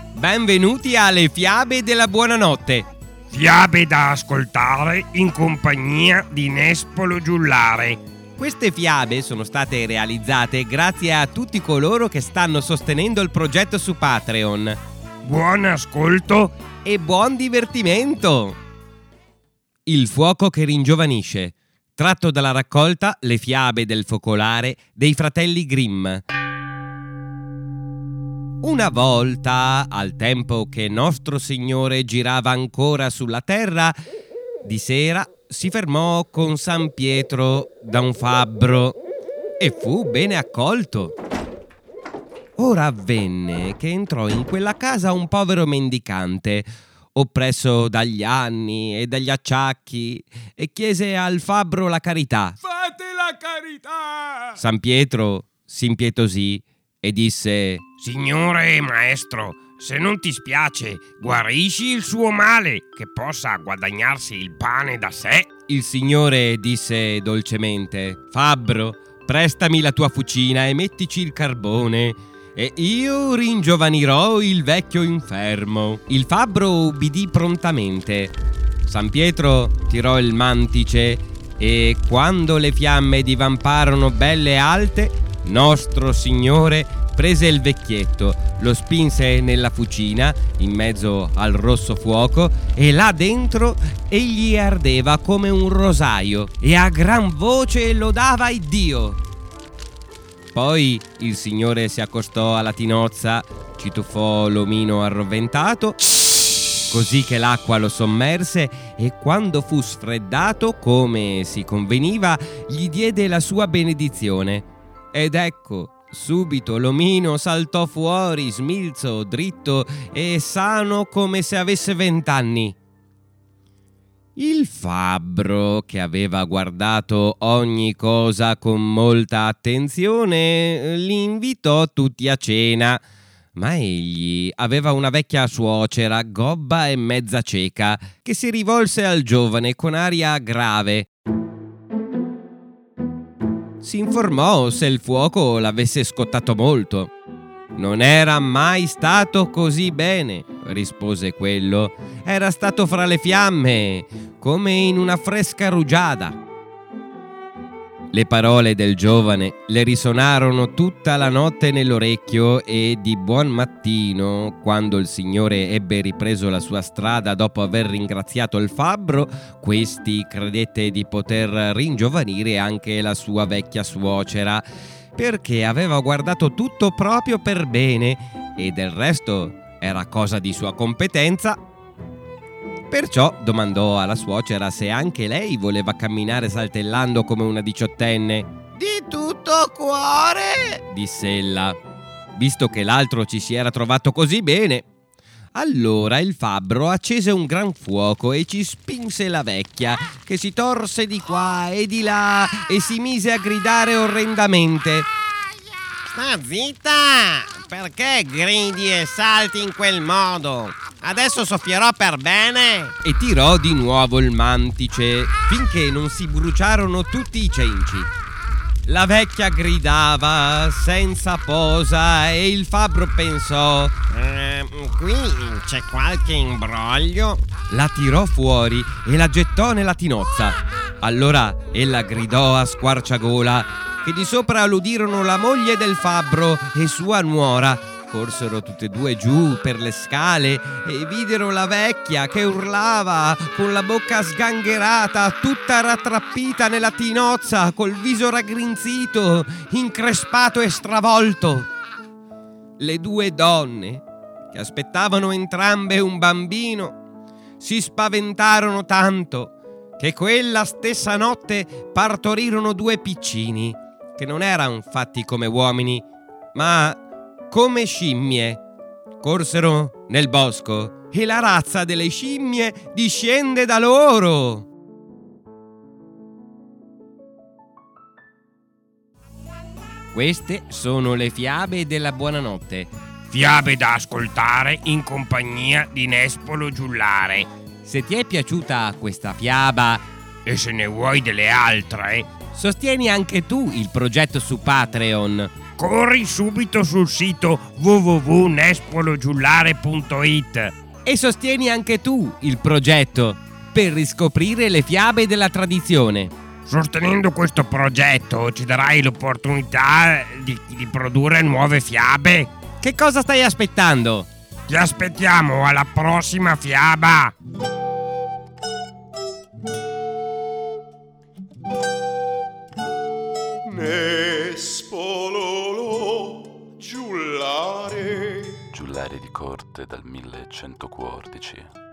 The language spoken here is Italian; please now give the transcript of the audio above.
Benvenuti alle fiabe della buonanotte. Fiabe da ascoltare in compagnia di Nespolo Giullare. Queste fiabe sono state realizzate grazie a tutti coloro che stanno sostenendo il progetto su Patreon. Buon ascolto e buon divertimento! Il fuoco che ringiovanisce, tratto dalla raccolta Le fiabe del focolare dei fratelli Grimm. Una volta, al tempo che nostro Signore girava ancora sulla terra, di sera si fermò con San Pietro da un fabbro e fu bene accolto. Ora avvenne che entrò in quella casa un povero mendicante, oppresso dagli anni e dagli acciacchi, e chiese al fabbro la carità. Fate la carità! San Pietro si impietosì e disse: Signore e maestro, se non ti spiace, guarisci il suo male, che possa guadagnarsi il pane da sé. Il Signore disse dolcemente: Fabbro, prestami la tua fucina e mettici il carbone, e io ringiovanirò il vecchio infermo. Il fabbro ubbidì prontamente. San Pietro tirò il mantice e quando le fiamme divamparono belle alte, nostro Signore prese il vecchietto, lo spinse nella fucina in mezzo al rosso fuoco e là dentro egli ardeva come un rosaio e a gran voce lodava Iddio. Poi il Signore si accostò alla tinozza, ci tuffò l'omino arroventato, così che l'acqua lo sommerse, e quando fu sfreddato, come si conveniva, gli diede la sua benedizione. Ed ecco, subito l'omino saltò fuori, smilzo, dritto e sano come se avesse 20 anni. Il fabbro, che aveva guardato ogni cosa con molta attenzione, li invitò tutti a cena, ma egli aveva una vecchia suocera, gobba e mezza cieca, che si rivolse al giovane con aria grave. Si informò se il fuoco l'avesse scottato molto. Non era mai stato così bene, rispose quello. Era stato fra le fiamme, come in una fresca rugiada. Le parole del giovane le risonarono tutta la notte nell'orecchio e di buon mattino, quando il Signore ebbe ripreso la sua strada dopo aver ringraziato il fabbro, questi credette di poter ringiovanire anche la sua vecchia suocera, perché aveva guardato tutto proprio per bene e del resto era cosa di sua competenza. Perciò domandò alla suocera se anche lei voleva camminare saltellando come una diciottenne. Di tutto cuore, disse ella, visto che l'altro ci si era trovato così bene. Allora il fabbro accese un gran fuoco e ci spinse la vecchia, che si torse di qua e di là e si mise a gridare orrendamente. Sta zitta! Perché gridi e salti in quel modo? Adesso soffierò per bene! E tirò di nuovo il mantice, finché non si bruciarono tutti i cenci. La vecchia gridava senza posa e il fabbro pensò: qui c'è qualche imbroglio? La tirò fuori e la gettò nella tinozza. Allora ella gridò a squarciagola, che di sopra l'udirono la moglie del fabbro e sua nuora. Corsero tutte e due giù per le scale e videro la vecchia che urlava con la bocca sgangherata, tutta rattrappita nella tinozza, col viso raggrinzito, increspato e stravolto. Le due donne, che aspettavano entrambe un bambino, si spaventarono tanto che quella stessa notte partorirono 2 piccini, che non erano fatti come uomini, ma come scimmie. Corsero nel bosco e la razza delle scimmie discende da loro. Queste sono le fiabe della buonanotte. Fiabe da ascoltare in compagnia di Nespolo Giullare. Se ti è piaciuta questa fiaba e se ne vuoi delle altre, sostieni anche tu il progetto su Patreon. corri subito sul sito www.nespologiullare.it E sostieni anche tu il progetto per riscoprire le fiabe della tradizione. Sostenendo questo progetto ci darai l'opportunità di produrre nuove fiabe. Che cosa stai aspettando? Ti aspettiamo alla prossima fiaba! Nespololo giullare. Giullare di corte dal 1114.